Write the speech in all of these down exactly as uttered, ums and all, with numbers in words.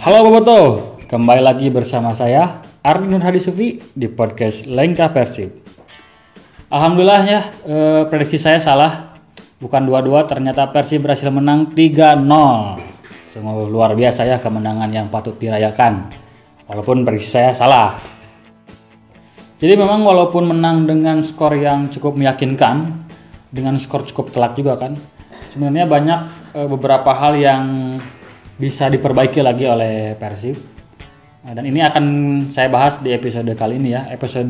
Halo Boboto, kembali lagi bersama saya Ardi Nur Hadi Sufi di podcast Lengkah Persib. Alhamdulillah ya, eh, prediksi saya salah. Bukan dua dua, ternyata Persib berhasil menang tiga nol. Sungguh luar biasa ya, kemenangan yang patut dirayakan. Walaupun prediksi saya salah. Jadi memang walaupun menang dengan skor yang cukup meyakinkan, dengan skor cukup telak juga kan, sebenarnya banyak eh, beberapa hal yang bisa diperbaiki lagi oleh Persib. Nah, dan ini akan saya bahas di episode kali ini ya, episode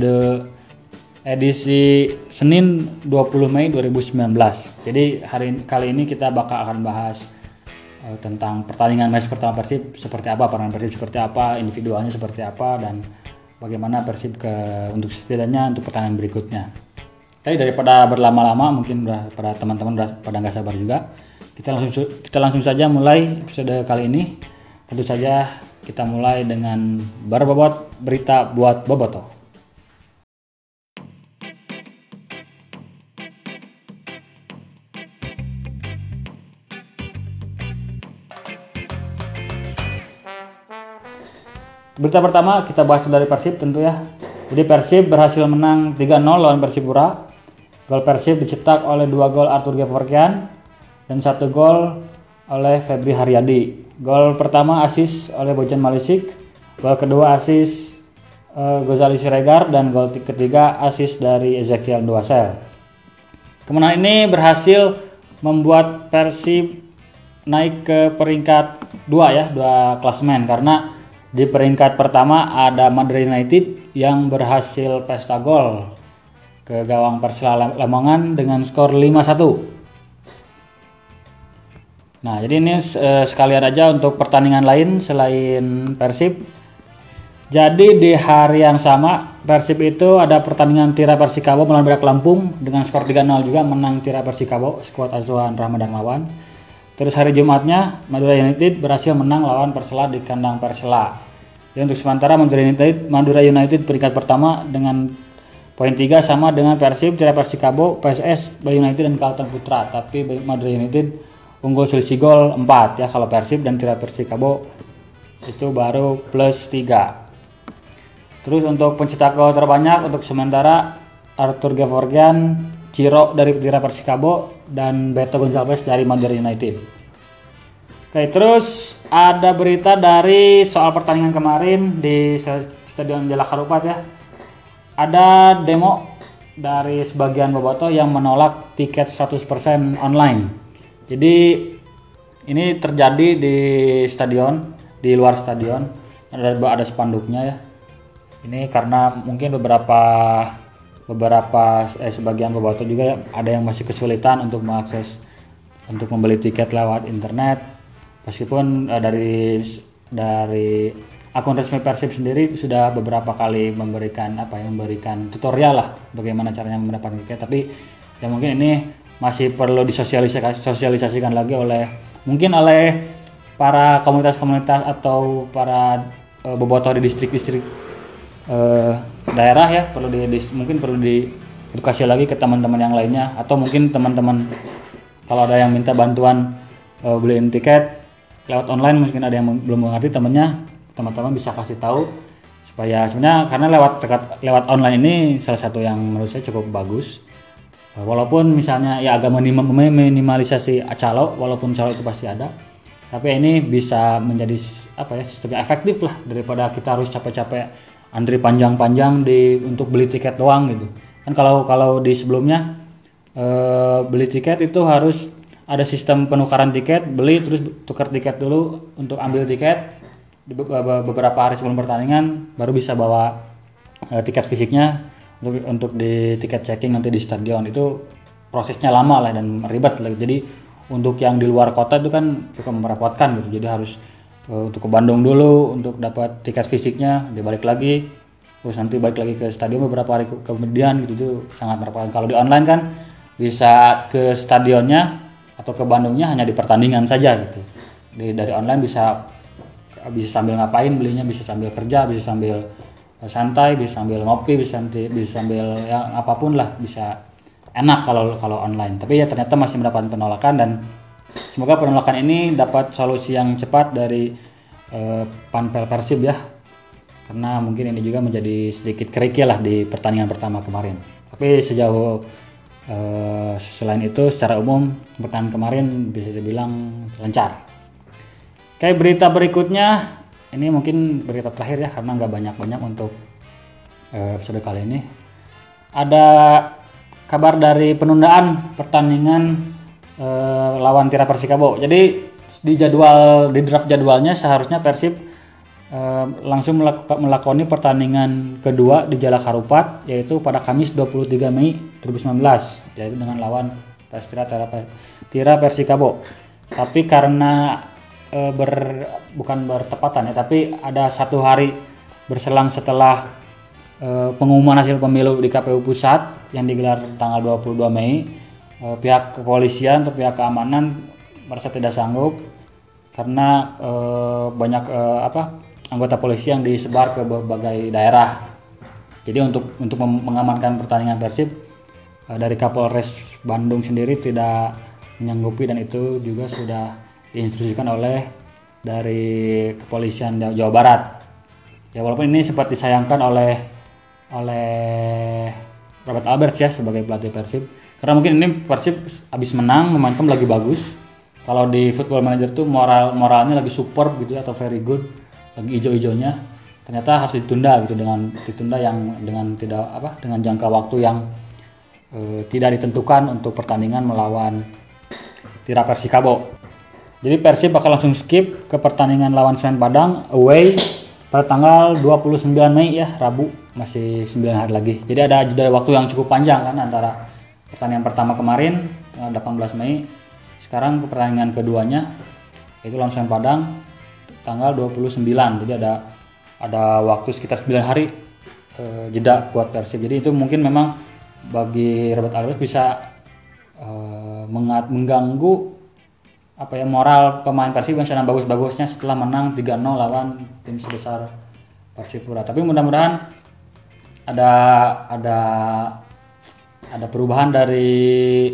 edisi Senin dua puluh Mei dua ribu sembilan belas. Jadi hari kali ini kita bakal akan bahas uh, tentang pertandingan match pertama Persib seperti apa, peranan Persib seperti apa, individualnya seperti apa, dan bagaimana Persib ke untuk setidaknya untuk pertandingan berikutnya. Tapi daripada berlama-lama, mungkin udah pada teman-teman udah pada nggak sabar juga. Kita langsung kita langsung saja mulai episode kali ini. Tentu saja kita mulai dengan berbobot berita buat Boboto. Berita pertama kita bahas dari Persib tentu ya. Jadi Persib berhasil menang tiga nol lawan Persipura. Gol Persib dicetak oleh dua gol Arthur Gevorkian dan satu gol oleh Febri Haryadi. Gol pertama asis oleh Bojan Malisic, gol kedua asis uh, Gozali Siregar, dan gol ketiga asis dari Ezekiel Nduasel. Kemenangan ini berhasil membuat Persib naik ke peringkat dua ya, dua klasemen, karena di peringkat pertama ada Madura United yang berhasil pesta gol ke gawang Persela Lamongan dengan skor lima satu. Nah, jadi ini eh, sekalian aja untuk pertandingan lain selain Persib. Jadi di hari yang sama Persib itu ada pertandingan Tira Persikabo melawan Badak Lampung dengan skor tiga nol juga, menang Tira Persikabo skuad asuhan Ramadan Lawan. Terus hari Jumatnya Madura United berhasil menang lawan Persela di kandang Persela. Jadi untuk sementara Madura United Madura United peringkat pertama dengan poin tiga sama dengan Persib, Tira Persikabo, P S S, Bali United dan Kalteng Putra. Tapi Madura United unggul selisih gol empat ya, kalau Persib dan Tira Persikabo itu baru plus tiga. Terus untuk pencetak gol terbanyak untuk sementara Arthur Gevorkian, Ciro dari Tira Persikabo, dan Beto Gonçalves dari Madura United. Oke, terus ada berita dari soal pertandingan kemarin di Stadion Jalak Harupat ya. Ada demo dari sebagian bobotoh yang menolak tiket seratus persen online. Jadi ini terjadi di stadion, di luar stadion, ada ada spanduknya ya. Ini karena mungkin beberapa beberapa eh, sebagian bobotoh juga ya, ada yang masih kesulitan untuk mengakses untuk membeli tiket lewat internet. Meskipun eh, dari dari akun resmi Persib sendiri sudah beberapa kali memberikan apa ya, memberikan tutorial lah bagaimana caranya mendapatkan tiket, tapi ya mungkin ini masih perlu disosialisasikan sosialisasikan lagi oleh mungkin oleh para komunitas-komunitas atau para e, bobotoh di distrik-distrik e, daerah ya, perlu di, di mungkin perlu diedukasi lagi ke teman-teman yang lainnya, atau mungkin teman-teman kalau ada yang minta bantuan e, beliin tiket lewat online, mungkin ada yang belum mengerti temannya, teman-teman bisa kasih tahu supaya sebenarnya karena lewat lewat online ini salah satu yang menurut saya cukup bagus. Walaupun misalnya ya agak minimalisasi calo, walaupun calo itu pasti ada, tapi ini bisa menjadi apa ya, sistem efektif lah daripada kita harus capek-capek antri panjang-panjang di untuk beli tiket doang gitu. Kan kalau kalau di sebelumnya e, beli tiket itu harus ada sistem penukaran tiket, beli terus tukar tiket dulu untuk ambil tiket di beberapa hari sebelum pertandingan baru bisa bawa e, tiket fisiknya. Untuk, untuk di tiket checking nanti di stadion itu prosesnya lama lah dan ribet lah. Jadi untuk yang di luar kota itu kan cukup merepotkan gitu. Jadi harus uh, untuk ke Bandung dulu untuk dapat tiket fisiknya, dibalik lagi, terus nanti balik lagi ke stadion beberapa hari ke- kemudian gitu, itu sangat merepotkan. Kalau di online kan bisa ke stadionnya atau ke Bandungnya hanya di pertandingan saja gitu. Di, dari online bisa bisa sambil ngapain belinya, bisa sambil kerja, bisa sambil santai, bisa sambil ngopi, bisa bisa sambil ya apapun lah, bisa enak kalau kalau online. Tapi ya ternyata masih mendapatkan penolakan, dan semoga penolakan ini dapat solusi yang cepat dari eh, Panpel Persib ya, karena mungkin ini juga menjadi sedikit kerikil lah di pertandingan pertama kemarin. Tapi sejauh eh, selain itu secara umum pertandingan kemarin bisa dibilang lancar. Kayak berita berikutnya, ini mungkin berita terakhir ya karena nggak banyak-banyak untuk eh, episode kali ini. Ada kabar dari penundaan pertandingan eh, lawan Tira Persikabo. Jadi di jadwal di draft jadwalnya seharusnya Persib eh, langsung melakukan melakoni pertandingan kedua di Jalak Harupat yaitu pada Kamis dua puluh tiga Mei dua ribu sembilan belas yaitu dengan lawan Persitira Tira, Tira Persikabo. Tapi karena e, ber bukan bertepatan ya, tapi ada satu hari berselang setelah e, pengumuman hasil pemilu di K P U Pusat yang digelar tanggal dua puluh dua Mei, e, pihak kepolisian atau pihak keamanan merasa tidak sanggup karena e, banyak e, apa anggota polisi yang disebar ke berbagai daerah. Jadi untuk untuk mengamankan pertandingan Persib e, dari Kapolres Bandung sendiri tidak menyanggupi, dan itu juga sudah diinstruksikan oleh dari kepolisian Jawa Barat. Ya walaupun ini sempat disayangkan oleh oleh Robert Alberts ya sebagai pelatih Persib, karena mungkin ini Persib habis menang, momentum lagi bagus. Kalau di Football Manager tuh moral moralnya lagi superb gitu atau very good, lagi ijo-ijonya. Ternyata harus ditunda gitu dengan ditunda yang dengan tidak apa dengan jangka waktu yang eh, tidak ditentukan untuk pertandingan melawan Tira Persikabo. Jadi Persib bakal langsung skip ke pertandingan lawan Semen Padang away pada tanggal dua puluh sembilan Mei ya, Rabu, masih sembilan hari lagi. Jadi ada jeda waktu yang cukup panjang kan antara pertandingan pertama kemarin tanggal delapan belas Mei, sekarang ke pertandingan keduanya yaitu lawan Semen Padang tanggal dua puluh sembilan. Jadi ada ada waktu sekitar sembilan hari eh, jeda buat Persib. Jadi itu mungkin memang bagi Robert Alves bisa Uh, mengat, mengganggu apa ya moral pemain Persib yang sedang bagus-bagusnya setelah menang tiga nol lawan tim sebesar Persipura. Tapi mudah-mudahan ada ada ada perubahan dari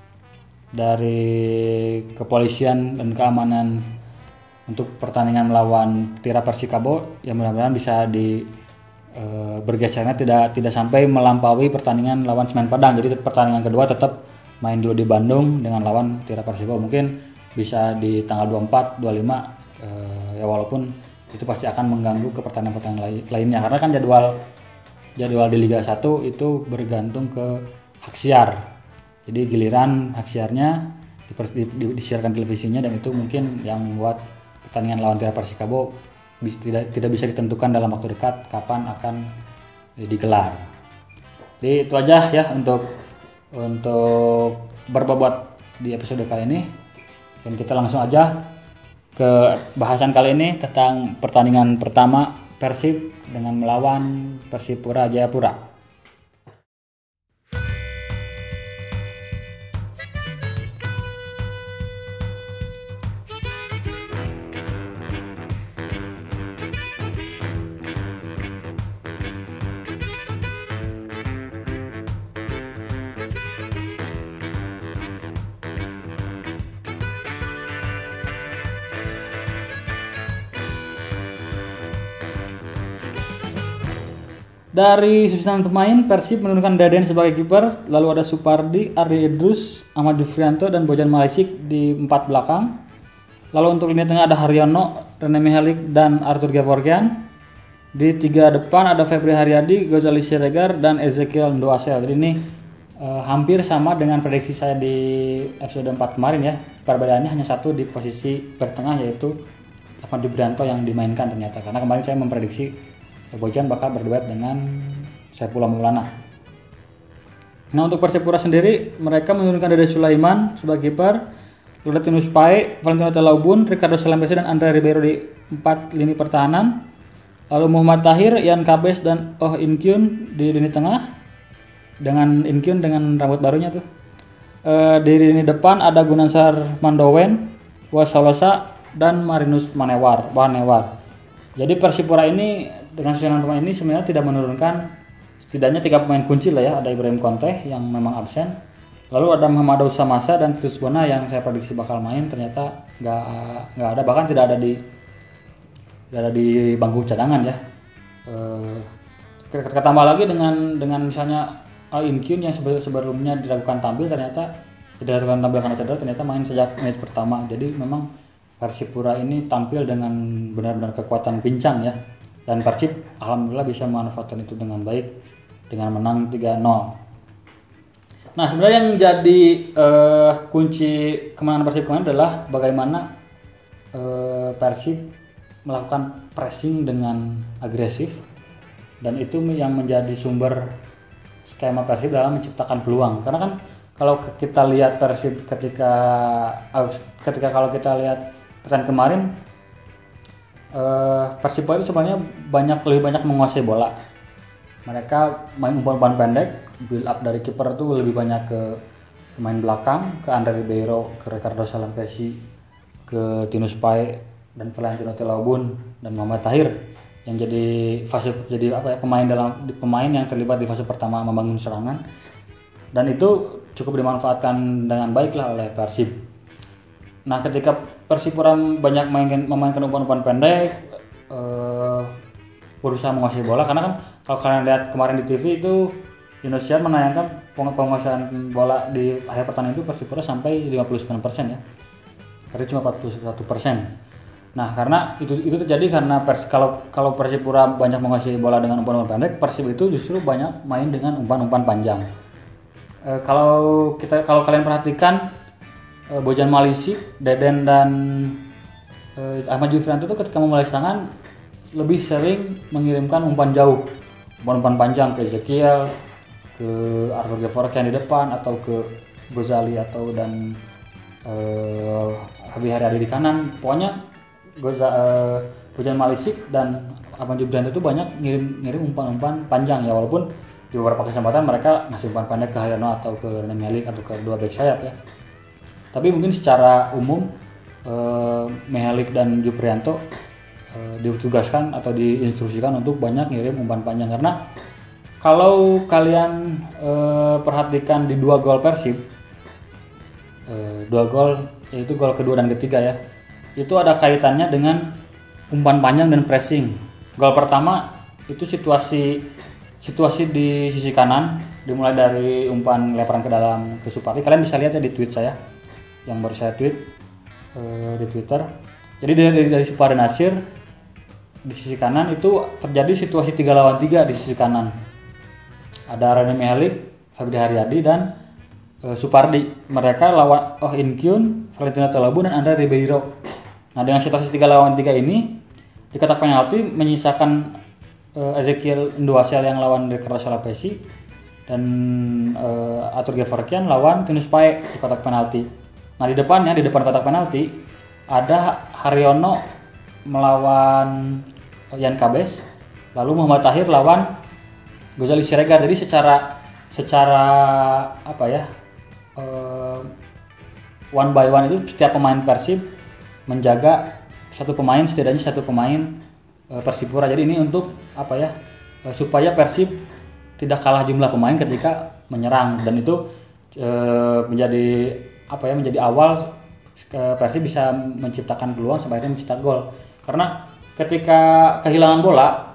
dari kepolisian dan keamanan untuk pertandingan melawan Tira Persikabo, yang mudah-mudahan bisa di uh, bergesernya tidak tidak sampai melampaui pertandingan lawan Semen Padang. Jadi pertandingan kedua tetap main dulu di Bandung dengan lawan Tira Persikabo, mungkin bisa di tanggal dua puluh empat, dua puluh lima eh, ya walaupun itu pasti akan mengganggu ke pertandingan-pertandingan lain, lainnya karena kan jadwal jadwal di Liga satu itu bergantung ke hak siar. Jadi giliran hak siarnya di, di, di, disiarkan televisinya, dan itu mungkin yang membuat pertandingan lawan Tira Persikabo tidak tidak bisa ditentukan dalam waktu dekat kapan akan digelar. Jadi itu aja ya untuk untuk berbobot di episode kali ini, dan kita langsung aja ke bahasan kali ini tentang pertandingan pertama Persib dengan melawan Persipura Jayapura. Dari susunan pemain, Persib menurunkan Daden sebagai kiper, lalu ada Supardi, Ardi Idrus, Ahmad Jufrianto, dan Bojan Malaiçik di empat belakang. Lalu untuk lini tengah ada Haryono, Rene Mihalik, dan Arthur Gevorkian. Di tiga depan ada Febri Haryadi, Gozali Siregar, dan Ezekiel Ndoasel. Jadi ini eh, hampir sama dengan prediksi saya di episode empat kemarin ya. Perbedaannya hanya satu di posisi back tengah, yaitu Ahmad Jufrianto yang dimainkan ternyata. Karena kemarin saya memprediksi Bojan bakal berduet dengan Saifullah Maulana. Nah untuk Persipura sendiri, mereka menurunkan Dede Sulaiman sebagai kiper, Latinus Pae, Valentino Talaubun, Ricardo Salembesi, dan Andre Ribeiro di empat lini pertahanan. Lalu Muhammad Tahir, Ian Kabes, dan Oh In Kyun di lini tengah, dengan In Kyun dengan rambut barunya tuh. E, di lini depan ada Gunansar Mandowen, Wasalosa, dan Marinus Manewar. Manewar. Jadi Persipura ini dengan susunan pemain ini sebenarnya tidak menurunkan setidaknya tiga pemain kunci lah ya. Ada Ibrahim Conte yang memang absen, lalu ada Muhammad Samasa dan Titus Bona yang saya prediksi bakal main, ternyata nggak nggak ada, bahkan tidak ada di ada di bangku cadangan ya. Uh, Ketambah lagi dengan dengan misalnya Al Inkyun yang sebelumnya diragukan tampil ternyata tidak diragukan tampil karena cedera, ternyata main sejak menit pertama. Jadi memang Persipura ini tampil dengan benar-benar kekuatan pincang ya, dan Persib alhamdulillah bisa memanfaatkan itu dengan baik dengan menang tiga nol. Nah sebenarnya yang jadi uh, kunci kemenangan Persib kemarin adalah bagaimana uh, Persib melakukan pressing dengan agresif, dan itu yang menjadi sumber skema Persib dalam menciptakan peluang. Karena kan kalau kita lihat Persib ketika ketika kalau kita lihat pertandingan kemarin, eh, Persib itu sebenarnya banyak lebih banyak menguasai bola. Mereka main umpan-umpan pendek, build up dari kiper itu lebih banyak ke pemain belakang, ke Andre Ribeiro, ke Ricardo Salampesi, ke Tinus Pae dan Valentino Telobun dan Muhammad Tahir yang jadi fase jadi apa ya pemain dalam pemain yang terlibat di fase pertama membangun serangan, dan itu cukup dimanfaatkan dengan baik lah oleh Persib. Nah ketika Persipura banyak mainkan, memainkan umpan-umpan pendek, eh, berusaha menguasai bola, karena kan kalau kalian lihat kemarin di T V itu Indosiar menayangkan penguasaan bola di akhir pertandingan itu Persipura sampai lima puluh sembilan persen ya, karena cuma empat puluh satu persen. Nah karena itu itu terjadi karena pers, kalau kalau Persipura banyak menguasai bola dengan umpan-umpan pendek, Persib itu justru banyak main dengan umpan-umpan panjang. E, kalau kita kalau kalian perhatikan e, Bojan Malisik, Deden dan e, Ahmad Jufrianto itu ketika memulai serangan lebih sering mengirimkan umpan jauh, umpan-umpan panjang ke Ezekiel, ke Arthur Gevorkian di depan, atau ke Gozali atau dan e, Habib Haryadi di kanan. Pokoknya Goza, uh, Bojan Malisik dan Ahmad Jufrianto itu banyak ngirim-ngirim umpan-umpan panjang ya, walaupun di beberapa kesempatan mereka ngasih umpan pendek ke Haryono atau ke Rene Melik atau ke dua back sayap ya. Tapi mungkin secara umum uh, Melik dan Jufrianto uh, ditugaskan atau diinstruksikan untuk banyak ngirim umpan panjang, karena kalau kalian uh, perhatikan di dua gol Persib, uh, dua gol yaitu gol kedua dan ketiga ya, itu ada kaitannya dengan umpan panjang dan pressing. Gol pertama itu situasi situasi di sisi kanan, dimulai dari umpan lemparan ke dalam ke Supardi. Kalian bisa lihat ya di tweet saya yang baru saya tweet uh, di Twitter. Jadi dari dari, dari Supardi Nasir di sisi kanan itu terjadi situasi tiga lawan tiga di sisi kanan. Ada Rene Melik, Febri Haryadi dan uh, Supardi. Mereka lawan Oh Inkyun, Valentino Telobun dan Andre Ribeiro. Nah dengan situasi tiga lawan tiga ini di kotak penalti menyisakan uh, Ezekiel Nduasel yang lawan Ricardo Salampesi dan uh, Arthur Gevorkian lawan Tinus Pae di kotak penalti. Nah di depannya, di depan kotak penalti ada Haryono melawan Yan Kabes, lalu Muhammad Tahir lawan Gozali Siregar. Jadi secara secara apa ya uh, one by one itu setiap pemain Persib menjaga satu pemain, setidaknya satu pemain e, Persipura. Jadi ini untuk apa ya e, supaya Persib tidak kalah jumlah pemain ketika menyerang, dan itu e, menjadi apa ya menjadi awal e, Persib bisa menciptakan peluang sampai akhirnya mencetak gol. Karena ketika kehilangan bola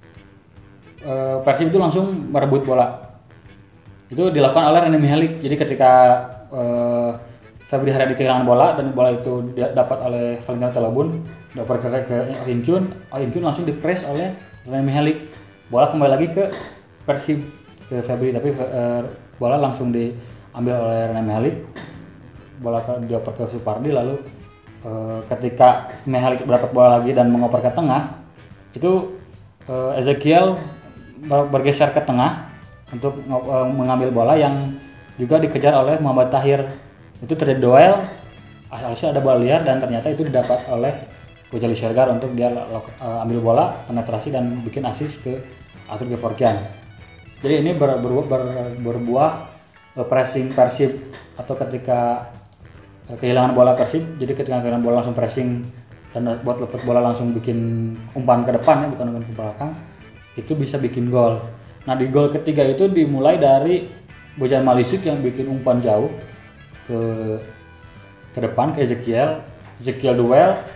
e, Persib itu langsung merebut bola. Itu dilakukan oleh Rene Melik. Jadi ketika e, Febri Haryadi kehilangan bola dan bola itu dapat oleh Valentino Telobun, dapat ke ke Inkyun, Inkyun langsung dipres oleh Rene Melik. Bola kembali lagi ke Persib, ke Febri, tapi uh, bola langsung diambil oleh Rene Melik. Bola dioper ke Supardi, lalu uh, ketika Melik dapat bola lagi dan mengoper ke tengah, itu uh, Ezekiel bergeser ke tengah untuk uh, mengambil bola yang juga dikejar oleh Muhammad Tahir. Itu terjadi duel, asal-asal ada bola liar dan ternyata itu didapat oleh Gozali Siregar untuk dia uh, ambil bola, penetrasi dan bikin assist ke Arthur Gevorkian. Jadi ini ber, ber, ber, berbuah uh, pressing Persib, atau ketika uh, kehilangan bola Persib, jadi ketika kehilangan bola langsung pressing dan buat lepas bola langsung bikin umpan ke depan ya, bukan umpan ke belakang, itu bisa bikin gol. Nah di gol ketiga itu dimulai dari Bojan Malisik yang bikin umpan jauh ke ke depan ke Ezekiel, Ezekiel duel,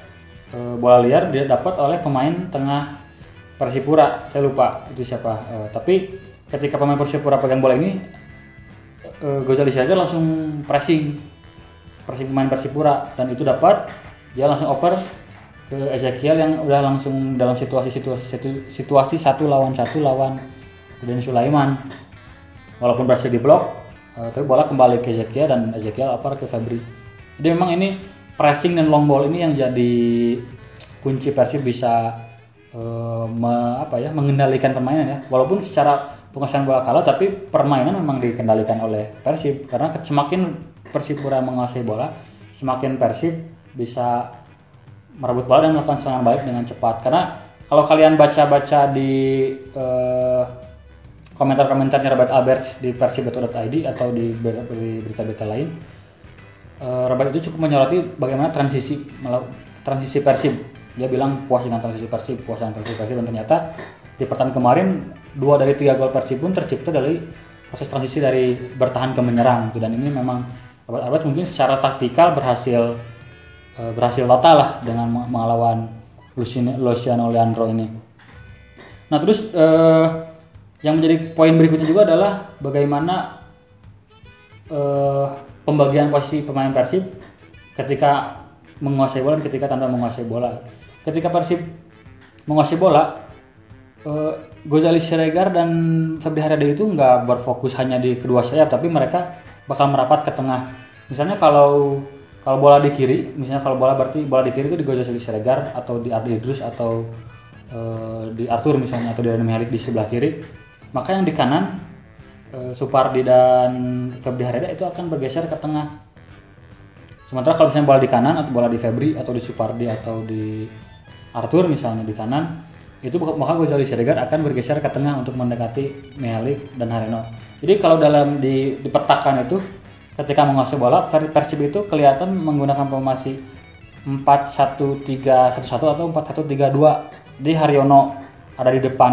uh, bola liar dia dapat oleh pemain tengah Persipura, saya lupa itu siapa. Uh, tapi ketika pemain Persipura pegang bola ini, uh, Gozali Siregar langsung pressing, pressing pemain Persipura dan itu dapat, dia langsung oper ke Ezekiel yang udah langsung dalam situasi situasi situasi satu lawan satu lawan Denny Sulaiman. Walaupun berhasil diblok, uh, tapi bola kembali ke Ezekiel dan Ezekiel oper ke Febri. Jadi memang ini pressing dan long ball ini yang jadi kunci Persib bisa uh, me, apa ya mengendalikan permainan ya. Walaupun secara penguasaan bola kalah, tapi permainan memang dikendalikan oleh Persib karena semakin Persipura menguasai bola, semakin Persib bisa merebut bola dan melakukan serangan balik dengan cepat. Karena kalau kalian baca-baca di uh, komentar-komentarnya Robert Alberts di persib dot i d atau di berita-berita lain, uh, Robert itu cukup menyoroti bagaimana transisi transisi Persib. Dia bilang puas dengan transisi Persib, puas dengan transisi Persib, dan ternyata di pertandingan kemarin dua dari tiga gol Persib pun tercipta dari proses transisi dari bertahan ke menyerang. Dan ini memang Robert Alberts mungkin secara taktikal berhasil berhasil total lah dengan melawan Luciano Leandro ini. Nah terus eh, yang menjadi poin berikutnya juga adalah bagaimana eh, pembagian posisi pemain Persib ketika menguasai bola dan ketika tanpa menguasai bola. Ketika Persib menguasai bola, eh, Gozali Siregar dan Febri Haryadi itu nggak berfokus hanya di kedua sayap, tapi mereka bakal merapat ke tengah. Misalnya kalau Kalau bola di kiri, misalnya kalau bola berarti bola di kiri itu di Gozali Siregar atau di Ardi Idrus atau e, di Arthur misalnya atau di Dani Mihalik di sebelah kiri. Maka yang di kanan e, Supardi dan Febri Haryadi itu akan bergeser ke tengah. Sementara kalau misalnya bola di kanan atau bola di Febri atau di Supardi atau di Arthur misalnya di kanan, itu maka Gozali Siregar akan bergeser ke tengah untuk mendekati Mihalik dan Hareno. Jadi kalau dalam di, dipetakan itu ketika menguasai bola, Persib itu kelihatan menggunakan formasi empat satu tiga satu satu atau empat satu tiga dua. Di Haryono ada di depan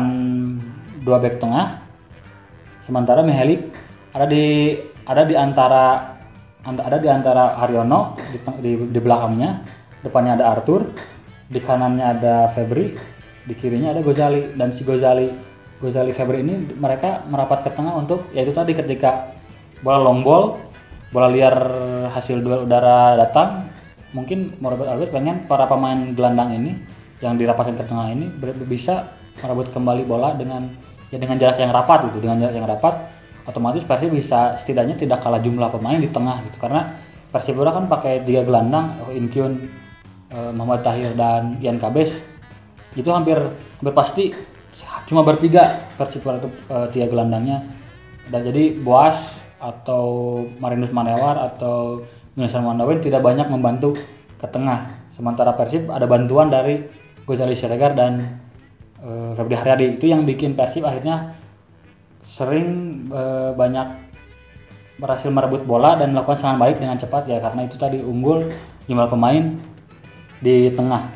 dua bek tengah, sementara Mihalik ada di ada di antara ada di antara Haryono di, di, di belakangnya, depannya ada Arthur, di kanannya ada Febri, di kirinya ada Gozali. Dan si Gozali Gozali Febri ini mereka merapat ke tengah untuk yaitu tadi ketika bola long ball, bola liar hasil duel udara datang, mungkin Robert Alberts pengen para pemain gelandang ini yang dirapatkan ke tengah ini bisa merebut kembali bola dengan ya dengan jarak yang rapat gitu, dengan jarak yang rapat otomatis Persib bisa setidaknya tidak kalah jumlah pemain di tengah gitu. Karena Persipura kan pakai tiga gelandang, Inkyun, eh, Muhammad Tahir dan Ian Kabes. Itu hampir hampir pasti cuma bertiga Persipura itu eh, tiga gelandangnya. Dan jadi Boas atau Marinus Manewar atau Nelson Mandawin tidak banyak membantu ke tengah. Sementara Persib ada bantuan dari Gozali Siregar dan e, Febri Haryadi. Itu yang bikin Persib akhirnya sering e, banyak berhasil merebut bola dan melakukan serangan balik dengan cepat ya, karena itu tadi unggul jumlah pemain di tengah.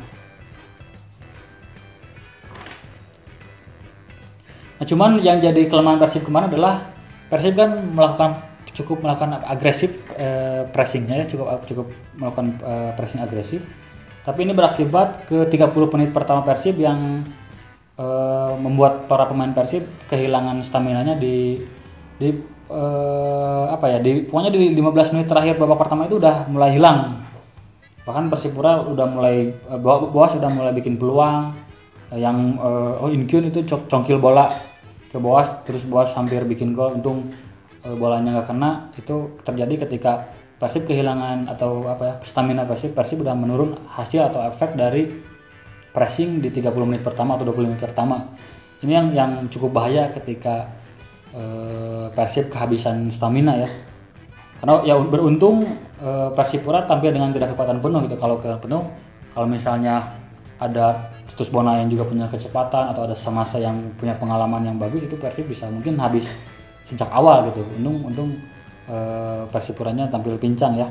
Nah, cuman yang jadi kelemahan Persib kemarin adalah Persib kan melakukan cukup melakukan agresif eh, pressingnya ya, cukup cukup melakukan eh, pressing agresif. Tapi ini berakibat ke tiga puluh menit pertama Persib yang eh, membuat para pemain Persib kehilangan staminanya di di eh, apa ya di pokoknya di lima belas menit terakhir babak pertama itu udah mulai hilang. Bahkan Persipura udah mulai eh, Boas sudah mulai bikin peluang eh, yang eh, oh Inkyun itu congkil bola ke Boas, terus Boas hampir bikin gol, untung e, bolanya nggak kena. Itu terjadi ketika Persib kehilangan atau apa ya stamina Persib Persib udah menurun hasil atau efek dari pressing di tiga puluh menit pertama atau dua puluh menit pertama. Ini yang yang cukup bahaya ketika e, Persib kehabisan stamina ya. Karena ya beruntung e, Persipura tampil dengan tidak kekuatan penuh gitu. Kalau kekuatan penuh, kalau misalnya ada Titus Bona yang juga punya kecepatan atau ada Samasa yang punya pengalaman yang bagus, itu Persib bisa mungkin habis sejak awal gitu. Untung untung e, Persipuranya tampil pincang ya.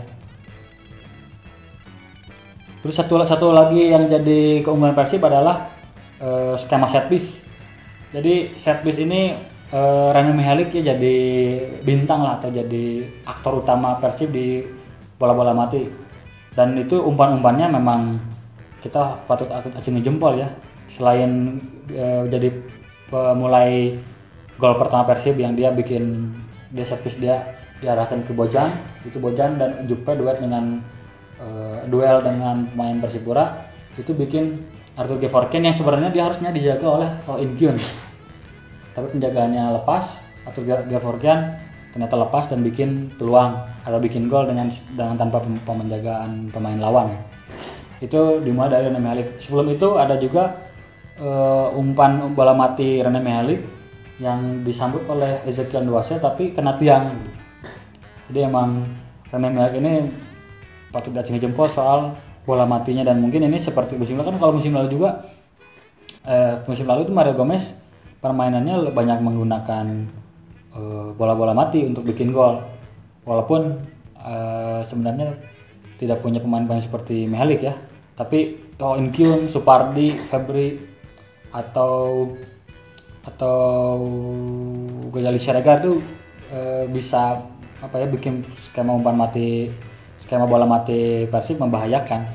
Terus satu satu lagi yang jadi keunggulan Persib adalah e, skema set piece. Jadi set piece ini e, Rani Mihalik ya jadi bintang lah atau jadi aktor utama Persib di bola-bola mati. Dan itu umpan-umpannya memang kita patut acungi jempol ya. Selain uh, jadi pemulai gol pertama Persib yang dia bikin dia set piece dia diarahkan ke Bojan, itu Bojan dan Jupe duet dengan uh, duel dengan pemain Persipura, itu bikin Arthur Gevorkian yang sebenarnya dia harusnya dijaga oleh Oh In Kyun. Tapi penjagaannya lepas, Arthur Gevorkian ternyata lepas dan bikin peluang atau bikin gol dengan dengan tanpa penjagaan pemain lawan. Itu dimulai dari Rene Mihalik. Sebelum itu ada juga uh, umpan bola mati Rene Mihalik yang disambut oleh Ezekiel Nduase tapi kena tiang. Jadi emang Rene Mihalik ini patut diacungi jempol soal bola matinya, dan mungkin ini seperti musim lalu kan. Kalau musim lalu juga eh, musim lalu itu Mario Gomez permainannya banyak menggunakan eh, bola-bola mati untuk bikin gol, walaupun eh, sebenarnya tidak punya pemain-pemain seperti Mihalik ya, tapi Oh In Kyun, Supardi, Febri atau atau Gozali Siregar tuh e, bisa apa ya bikin skema umpan mati, skema bola mati Persib membahayakan.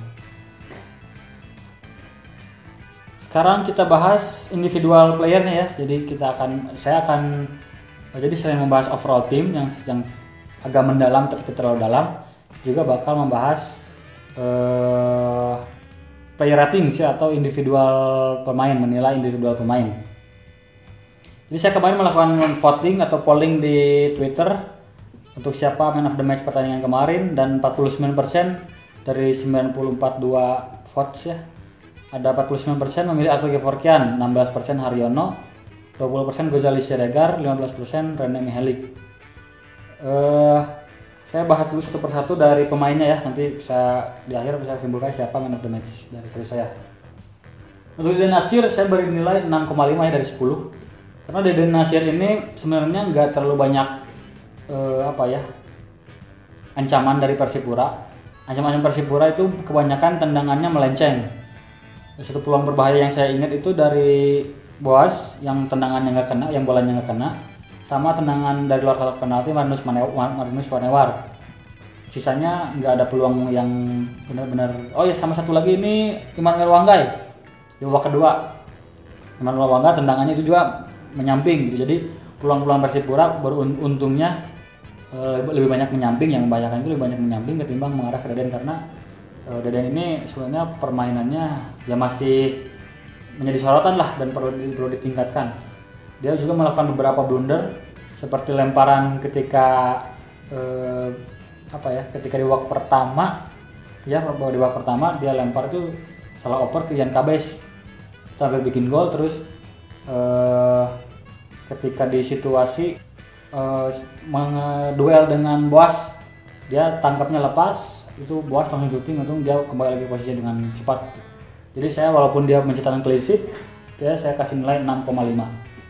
Sekarang kita bahas individual playernya ya. Jadi kita akan saya akan jadi selain membahas overall team yang yang agak mendalam tapi terlalu dalam, juga bakal membahas eh, player rating sih atau individual pemain, menilai individual pemain. Jadi saya kemarin melakukan voting atau polling di Twitter untuk siapa man of the match pertandingan kemarin, dan empat puluh sembilan persen dari sembilan puluh empat koma dua votes ya. Ada empat puluh sembilan persen memilih Arthur Gevorkian, enam belas persen Haryono, dua puluh persen Gozali Siregar, lima belas persen Rene Mihalik. Eh Saya bahas dulu satu persatu dari pemainnya ya, nanti bisa di akhir bisa simpulkan siapa man of the match dari versi saya. Untuk Deden Nasir saya beri nilai enam koma lima ya dari sepuluh. Karena Deden Nasir ini sebenarnya nggak terlalu banyak eh, apa ya ancaman dari Persipura. Ancaman Persipura itu kebanyakan tendangannya melenceng. Satu peluang berbahaya yang saya ingat itu dari Boas yang tendangannya nggak kena, yang bolanya nggak kena, sama tendangan dari luar kotak penalti Marinus Marinus Wanewar. Sisanya nggak ada peluang yang benar-benar. Oh ya, sama satu lagi ini Immanuel Wanggai di babak kedua. Immanuel Wanggai tendangannya itu juga menyamping gitu. Jadi peluang-peluang Persipura baru untungnya e, lebih banyak menyamping, yang membahayakan itu lebih banyak menyamping ketimbang mengarah ke Deden, karena e, Deden ini sebenarnya permainannya ya masih menjadi sorotan lah dan perlu perlu ditingkatkan. Dia juga melakukan beberapa blunder seperti lemparan ketika eh, apa ya ketika di babak pertama ya di babak pertama dia lempar itu salah oper ke Jan Kabes sampai bikin gol. Terus eh, ketika di situasi eh, menduel dengan Boas, dia tangkapnya lepas, itu Boas langsung syuting, untung dia kembali lagi posisi dengan cepat. Jadi saya walaupun dia mencetakkan clean sheet, dia saya kasih nilai enam koma lima.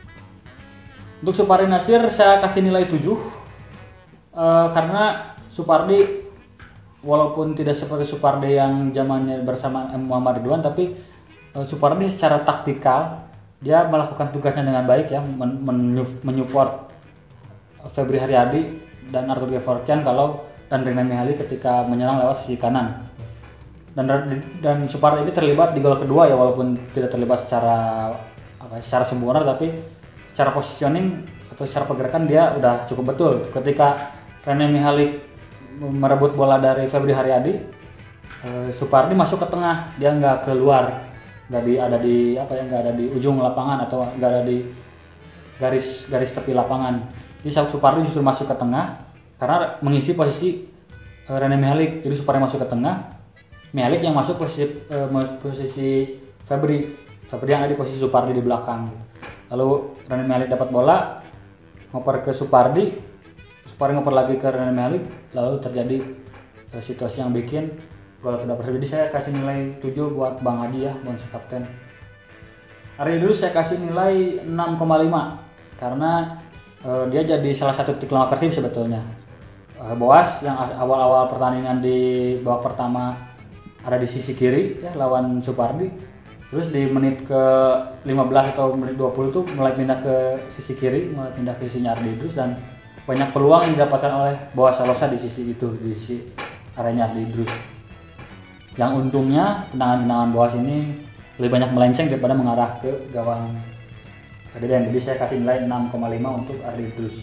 Untuk Supardi Nasir saya kasih nilai tujuh e, karena Supardi walaupun tidak seperti Supardi yang zamannya bersama Muhammad Ridwan, tapi e, Supardi secara taktikal dia melakukan tugasnya dengan baik ya, men- men- menyupport Febri Haryadi dan Arthur Gevorkian kalau dan Rene Mihalik ketika menyerang lewat sisi kanan. Dan dan Supardi ini terlibat di gol kedua ya, walaupun tidak terlibat secara apa secara sempurna, tapi secara positioning atau secara pergerakan dia udah cukup betul. Ketika Rene Mihalik merebut bola dari Febri Haryadi, eh, Supardi masuk ke tengah, dia nggak keluar, nggak di ada di apa ya nggak ada di ujung lapangan atau nggak ada di garis garis tepi lapangan. Jadi Supardi justru masuk ke tengah karena mengisi posisi eh, Rene Mihalik. Jadi Supardi masuk ke tengah, Mihalik yang masuk posisi eh, posisi Febri, Febri yang ada di posisi Supardi di belakang. Lalu Rene Mihalik dapat bola, ngoper ke Supardi, Supardi ngoper lagi ke Rene Mihalik, lalu terjadi eh, situasi yang bikin gol kedua Persib. Jadi saya kasih nilai tujuh buat Bang Haji ya, bang kapten. Hari dulu saya kasih nilai enam koma lima karena eh, dia jadi salah satu titik lemah Persib sebetulnya. Eh, Boas yang awal-awal pertandingan di babak pertama ada di sisi kiri ya lawan Supardi. Terus di menit ke lima belas atau menit dua puluh tuh mulai pindah ke sisi kiri, mulai pindah ke sisinya Ardi Idrus, dan banyak peluang yang didapatkan oleh Boas Salosa di sisi itu, di sisi areanya Ardi Idrus. Yang untungnya tendangan-tendangan Boas ini lebih banyak melenceng daripada mengarah ke gawang Deden. Jadi saya kasih nilai enam koma lima untuk Ardi Idrus.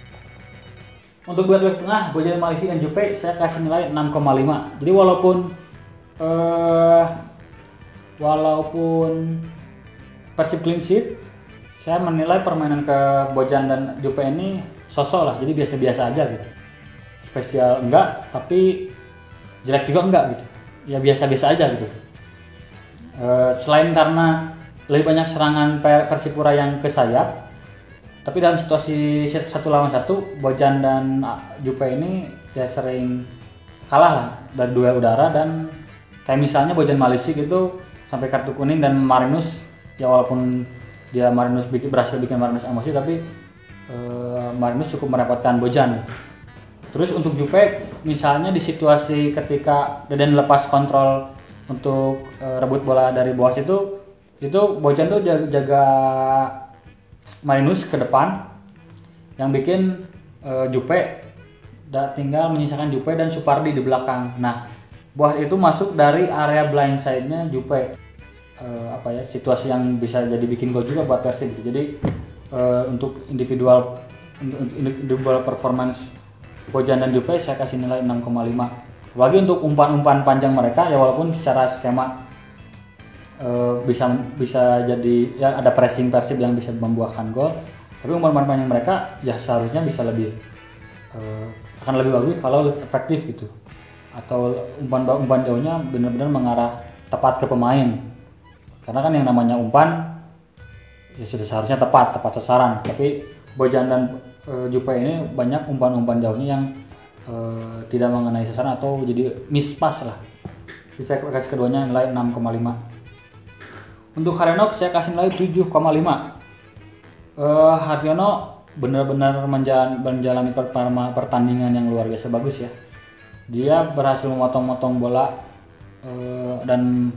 Untuk duet back tengah Bojan Malisi dan Jupe saya kasih nilai enam koma lima. Jadi walaupun eh, walaupun Persib clean sheet, saya menilai permainan ke Bojan dan Jupe ini sosok lah, jadi biasa-biasa aja gitu. Spesial enggak, tapi jelek juga enggak gitu. Ya biasa-biasa aja gitu. E, selain karena lebih banyak serangan Persipura yang ke sayap, tapi dalam situasi satu lawan satu, Bojan dan Jupe ini ya sering kalah lah dari duel udara. Dan kayak misalnya Bojan Malisi gitu sampai kartu kuning, dan Marinus ya walaupun dia Marinus bikin, berhasil bikin Marinus emosi, tapi e, Marinus cukup merepotkan Bojan. Terus untuk Jupe misalnya di situasi ketika Deden lepas kontrol untuk e, rebut bola dari Boas itu, itu Bojan tuh jaga, jaga Marinus ke depan, yang bikin e, Jupe da, tinggal menyisakan Jupe dan Supardi di belakang. Nah, Boas itu masuk dari area blind side-nya Jupe. E, apa ya, situasi yang bisa jadi bikin gol juga buat Persib. Jadi e, untuk individual individual performance Bojan dan Jupe saya kasih nilai enam koma lima. Lagi untuk umpan-umpan panjang mereka ya walaupun secara skema e, bisa bisa jadi ya ada pressing Persib yang bisa membuahkan gol, tapi umpan-umpan panjang mereka ya seharusnya bisa lebih e, akan lebih bagus kalau efektif gitu. Atau umpan-umpan jauhnya benar-benar mengarah tepat ke pemain. Karena kan yang namanya umpan ya sudah seharusnya tepat, tepat sasaran. Tapi Bojan dan e, Jupe ini banyak umpan-umpan jauhnya yang e, tidak mengenai sasaran atau jadi mispas lah. Jadi saya kasih keduanya nilai enam koma lima. Untuk Haryono saya kasih nilai tujuh koma lima. E, Haryono benar-benar menjalani, menjalani pertandingan yang luar biasa bagus ya. Dia berhasil memotong-motong bola e, dan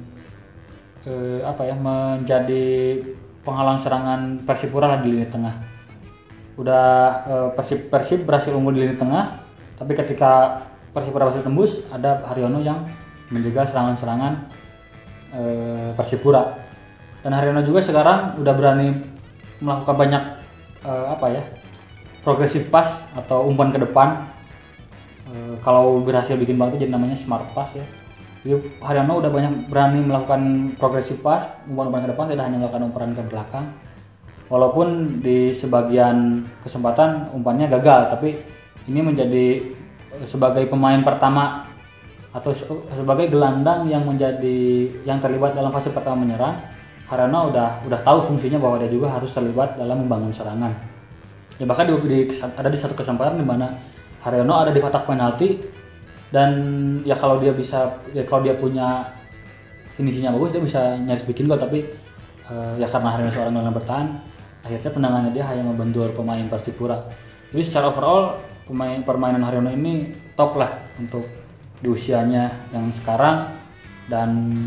e, apa ya menjadi penghalang serangan Persipura di lini tengah. Udah e, Persib Persib berhasil unggul di lini tengah, tapi ketika Persipura berhasil tembus, ada Haryono yang menjaga serangan-serangan e, Persipura. Dan Haryono juga sekarang udah berani melakukan banyak e, apa ya progressive pass atau umpan ke depan. E, kalau berhasil bikin bal itu jadi namanya smart pass ya. Jadi Haryono udah banyak berani melakukan progressive pass, umpan-umpan ke depan, tidak hanya melakukan umpan ke belakang. Walaupun di sebagian kesempatan umpannya gagal, tapi ini menjadi sebagai pemain pertama atau sebagai gelandang yang menjadi yang terlibat dalam fase pertama menyerang, Haryono udah udah tahu fungsinya bahwa dia juga harus terlibat dalam membangun serangan. Ya bahkan di, di, ada di satu kesempatan di mana Haryono ada di kotak penalti, dan ya kalau dia bisa ya kalau dia punya finishingnya bagus, dia bisa nyaris bikin gol, tapi uh, ya karena Haryono seorang gelandang bertahan, akhirnya tendangannya dia hanya membentur pemain Persipura. Jadi secara overall pemain permainan Haryono ini top lah untuk di usianya yang sekarang, dan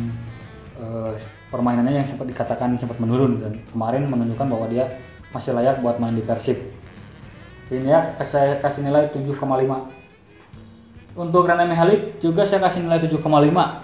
uh, permainannya yang sempat dikatakan sempat menurun, dan kemarin menunjukkan bahwa dia masih layak buat main di Persib. Ini ya saya kasih nilai tujuh koma lima. Untuk Rene Mihalik juga saya kasih nilai tujuh koma lima.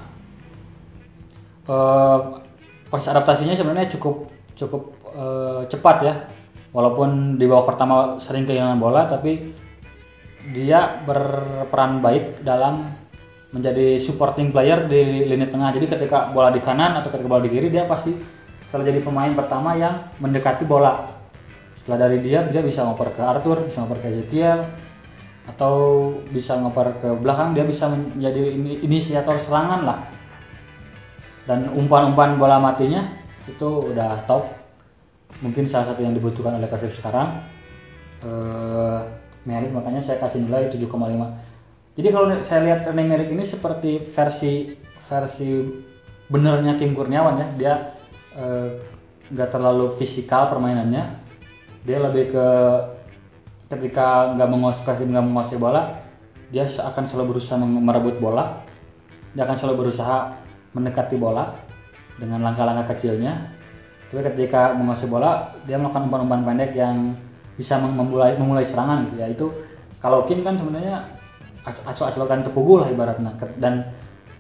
Uh, proses adaptasinya sebenarnya cukup cukup uh, cepat ya. Walaupun di babak pertama sering kehilangan bola, tapi dia berperan baik dalam menjadi supporting player di lini tengah. Jadi ketika bola di kanan atau ketika bola di kiri, dia pasti selalu jadi pemain pertama yang mendekati bola. Setelah dari dia, dia bisa ngoper ke Arthur, bisa ngoper ke Ezekiel, atau bisa ngoper ke belakang. Dia bisa menjadi inisiator serangan lah. Dan umpan-umpan bola matinya itu udah top. Mungkin salah satu yang dibutuhkan oleh Persib sekarang. Uh, Merik, makanya saya kasih nilai tujuh koma lima. Jadi kalau saya lihat Rene Merik ini seperti versi versi benernya Kim Kurniawan ya. Dia nggak uh, terlalu fisikal permainannya. Dia lebih ke ketika nggak menguasai nggak menguasai bola, dia akan selalu berusaha merebut bola. Dia akan selalu berusaha mendekati bola dengan langkah-langkah kecilnya. Tapi ketika menguasai bola, dia melakukan umpan-umpan pendek yang bisa memulai memulai serangan gitu ya. Itu kalau Kim kan sebenarnya acok-acokan tepugu lah ibaratnya, dan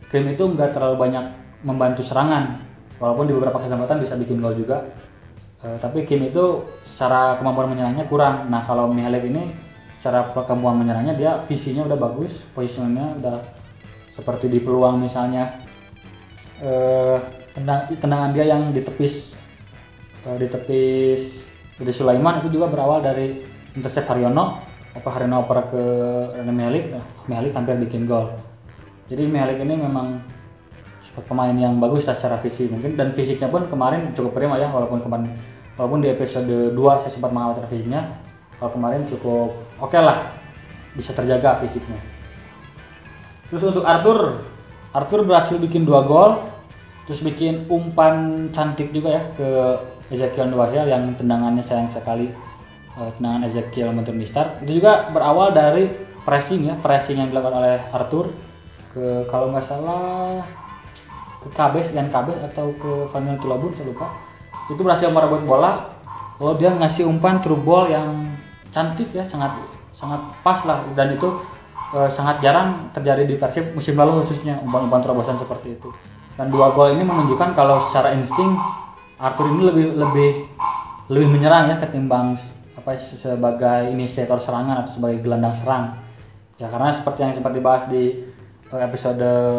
Kim itu nggak terlalu banyak membantu serangan, walaupun di beberapa kesempatan bisa bikin gol juga. Uh, tapi Kim itu secara kemampuan menyerangnya kurang. Nah kalau Michalik ini secara kemampuan menyerangnya dia visinya udah bagus, posisinya udah seperti di peluang misalnya uh, tendang, tendangan dia yang di tepis uh, di tepis Budi Sulaiman itu juga berawal dari intercept Haryono, oper Haryono oper ke Rene Michalik, Michalik hampir bikin gol. Jadi Michalik ini memang pemain yang bagus secara fisik mungkin, dan fisiknya pun kemarin cukup prima ya, walaupun kemarin walaupun di episode dua saya sempat mengamati fisiknya, kalau kemarin cukup oke okay lah, bisa terjaga fisiknya. Terus untuk Arthur, Arthur berhasil bikin dua gol, terus bikin umpan cantik juga ya ke Ezekiel Nduwasyel yang tendangannya sayang sekali, tendangan Ezekiel Muntur Mistar. Itu juga berawal dari pressing ya, pressing yang dilakukan oleh Arthur ke kalau nggak salah ke Kabes dan Kabes atau ke Vanil Tulabun saya lupa. Itu berhasil merebut bola, lalu dia ngasih umpan through ball yang cantik ya, sangat sangat pas lah, dan itu eh, sangat jarang terjadi di Persib musim lalu khususnya umpan-umpan terobosan seperti itu. Dan dua gol ini menunjukkan kalau secara insting Arthur ini lebih lebih lebih menyerang ya ketimbang apa sebagai inisiator serangan atau sebagai gelandang serang. Ya karena seperti yang sempat dibahas di episode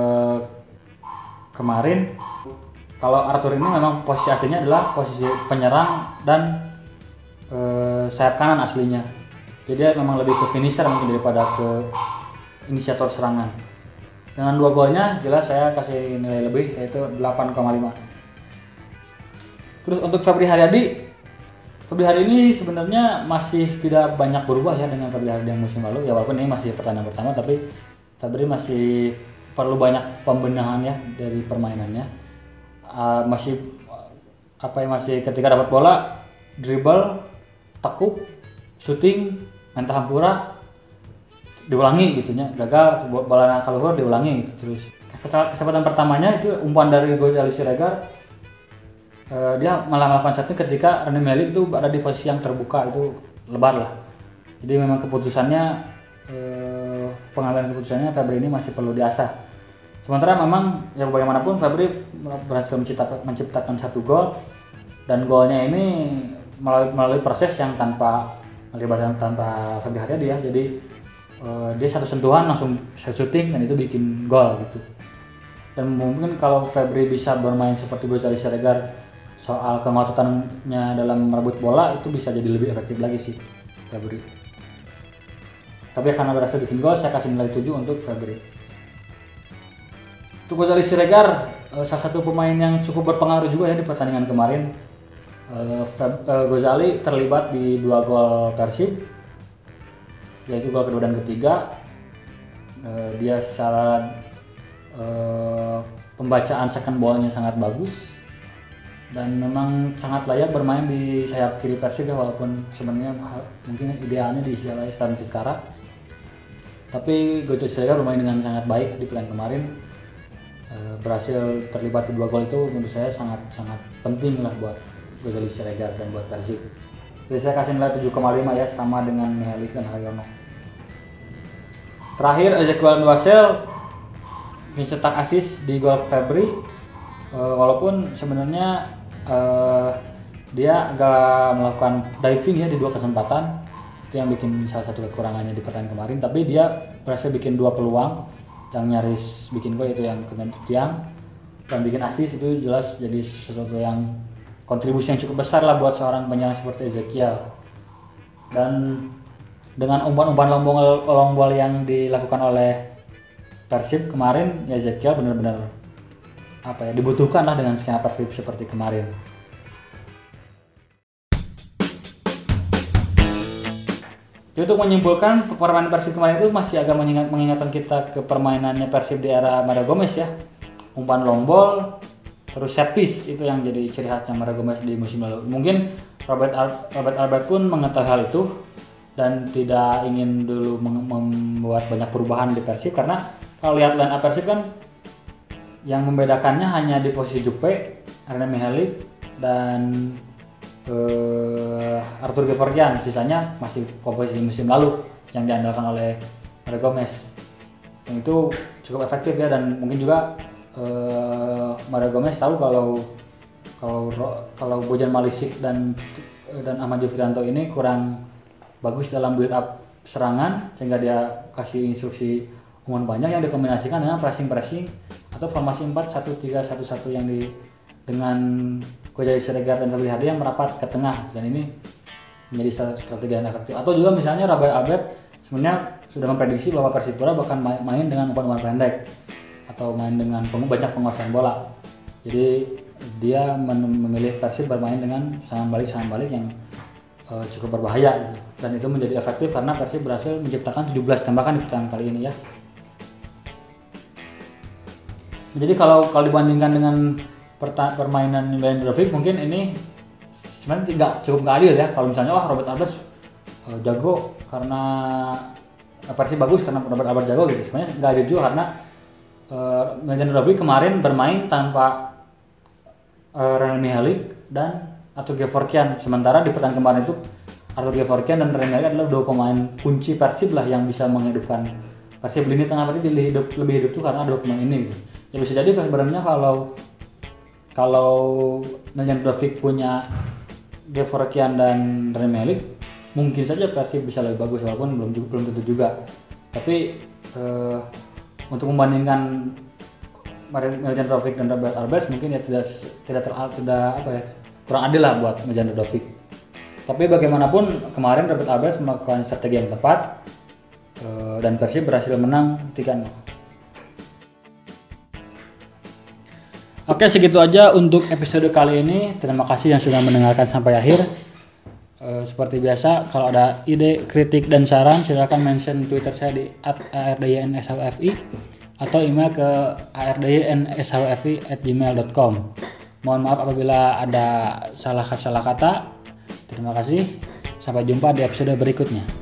kemarin, kalau Arthur ini memang posisi aslinya adalah posisi penyerang dan e, sayap kanan aslinya. Jadi dia memang lebih ke finisher mungkin daripada ke inisiator serangan. Dengan dua golnya jelas saya kasih nilai lebih, yaitu delapan koma lima. Terus untuk Febri Haryadi, Febri Haryadi ini sebenarnya masih tidak banyak berubah ya dengan Febri Haryadi yang musim lalu. Ya walaupun ini masih pertandingan pertama, tapi Febri masih perlu banyak pembenahan ya dari permainannya. Uh, masih apa ya masih ketika dapat bola dribble, tekuk, shooting, main tahampura diulangi gitunya, gagal bola keluar diulangi gitu terus. Kesempatan pertamanya itu umpan dari Gozali Siregar, uh, dia malah melakukan satu ketika Rene Michalik itu ada di posisi yang terbuka, itu lebar lah. Jadi memang keputusannya uh, pengambilan keputusannya Febri ini masih perlu diasah. Sementara memang ya bagaimanapun Febri berhasil menciptakan, menciptakan satu gol, dan golnya ini melalui, melalui proses yang tanpa melibatkan tanpa Febri Haryadi ya. Jadi uh, dia satu sentuhan langsung shooting dan itu bikin gol gitu. Dan mungkin kalau Febri bisa bermain seperti Gozali Siregar soal kemototannya dalam merebut bola, itu bisa jadi lebih efektif lagi sih Febri. Tapi karena berhasil bikin gol, saya kasih nilai tujuh untuk Febri. Untuk Gozali Siregar, salah satu pemain yang cukup berpengaruh juga ya di pertandingan kemarin. Gozali terlibat di dua gol Persib, yaitu gol kedua dan ketiga. Dia secara pembacaan second ball-nya sangat bagus dan memang sangat layak bermain di sayap kiri Persib ya, walaupun sebenarnya mungkin idealnya di sisi Stan Vizcara. Tapi Gozali Siregar bermain dengan sangat baik di pertandingan kemarin. Berhasil terlibat di dua gol itu menurut saya sangat sangat penting lah buat Gozali Siregar dan buat Persib. Jadi saya kasih nilai tujuh koma lima ya, sama dengan Michalik dan Haryono. Terakhir Ezekiel Nduwasyel mencetak assist di gol Febri, uh, walaupun sebenarnya uh, dia agak melakukan diving ya di dua kesempatan, itu yang bikin salah satu kekurangannya di pertandingan kemarin. Tapi dia berhasil bikin dua peluang yang nyaris bikin gol, itu yang kena tiang dan bikin assist, itu jelas jadi sesuatu yang kontribusi yang cukup besar lah buat seorang penyerang seperti Ezekiel. Dan dengan umpan-umpan long ball yang dilakukan oleh Persib kemarin, ya Ezekiel benar-benar apa ya dibutuhkan lah dengan skema Persib seperti kemarin. Jadi untuk menyimpulkan, permainan Persib kemarin itu masih agak mengingat, mengingatkan kita ke permainannya Persib di era Mario Gomez ya. Umpan long ball, terus set piece, itu yang jadi ciri khasnya Mario Gomez di musim lalu. Mungkin Robert, Al- Robert Albert pun mengetahui hal itu dan tidak ingin dulu mem- membuat banyak perubahan di Persib, karena kalau lihat line up Persib kan yang membedakannya hanya di posisi Juppe, Rene Michalik, dan Uh, Arthur Gevorgyan. Sisanya masih komposisi musim lalu yang diandalkan oleh Mario Gomez, yang itu cukup efektif ya, dan mungkin juga uh, Mario Gomez tahu kalau kalau kalau Bojan Malisic dan dan Ahmad Jufrianto ini kurang bagus dalam build up serangan, sehingga dia kasih instruksi umpan panjang yang dikombinasikan dengan pressing-pressing atau formasi empat satu tiga satu satu yang di dengan Gojai Siregar dan Febri Hardi yang merapat ke tengah, dan ini menjadi strategi yang efektif. Atau juga misalnya Rafael Albert sebenarnya sudah memprediksi bahwa Persipura bahkan main dengan umpan-umpan pendek atau main dengan banyak penguasaan bola. Jadi dia memilih Persib bermain dengan serangan balik serangan balik yang uh, cukup berbahaya gitu. Dan itu menjadi efektif karena Persib berhasil menciptakan tujuh belas tembakan di pertandingan kali ini ya. Jadi kalau kalau dibandingkan dengan perta- permainan Milan Djokovic, mungkin ini sebenarnya tidak cukup nggak adil ya. Kalau misalnya wah Robert Alvarez uh, jago karena uh, Persib bagus karena Robert Alvarez jago gitu. Sebenarnya nggak adil juga karena uh, Milan Djokovic kemarin bermain tanpa uh, Rani Mihalik dan Arthur Gevorkian. Sementara di pertandingan kemarin itu Arthur Gevorkian dan Rani Mihalik adalah dua pemain kunci Persib lah yang bisa menghidupkan Persib. Lini tengah Persib lebih hidup lebih hidup tuh karena dua pemain ini gitu. Ya bisa jadi sebenarnya kalau kalau Milan Djokovic punya Gevorkian dan Rani Mihalik, mungkin saja Persib bisa lebih bagus, walaupun belum belum tentu juga. Tapi eh, untuk membandingkan Milan Djokovic dan Robert Alvarez mungkin ya tidak tidak ter, tidak apa ya kurang adil lah buat Milan Djokovic. Tapi bagaimanapun kemarin Robert Alvarez melakukan strategi yang tepat eh, dan Persib berhasil menang tiga nol. Oke, segitu aja untuk episode kali ini. Terima kasih yang sudah mendengarkan sampai akhir. E, seperti biasa, kalau ada ide, kritik, dan saran, silakan mention Twitter saya di at a r d y n s h w f i atau email ke a r d y n s h w f i at gmail dot com. Mohon maaf apabila ada salah salah kata. Terima kasih. Sampai jumpa di episode berikutnya.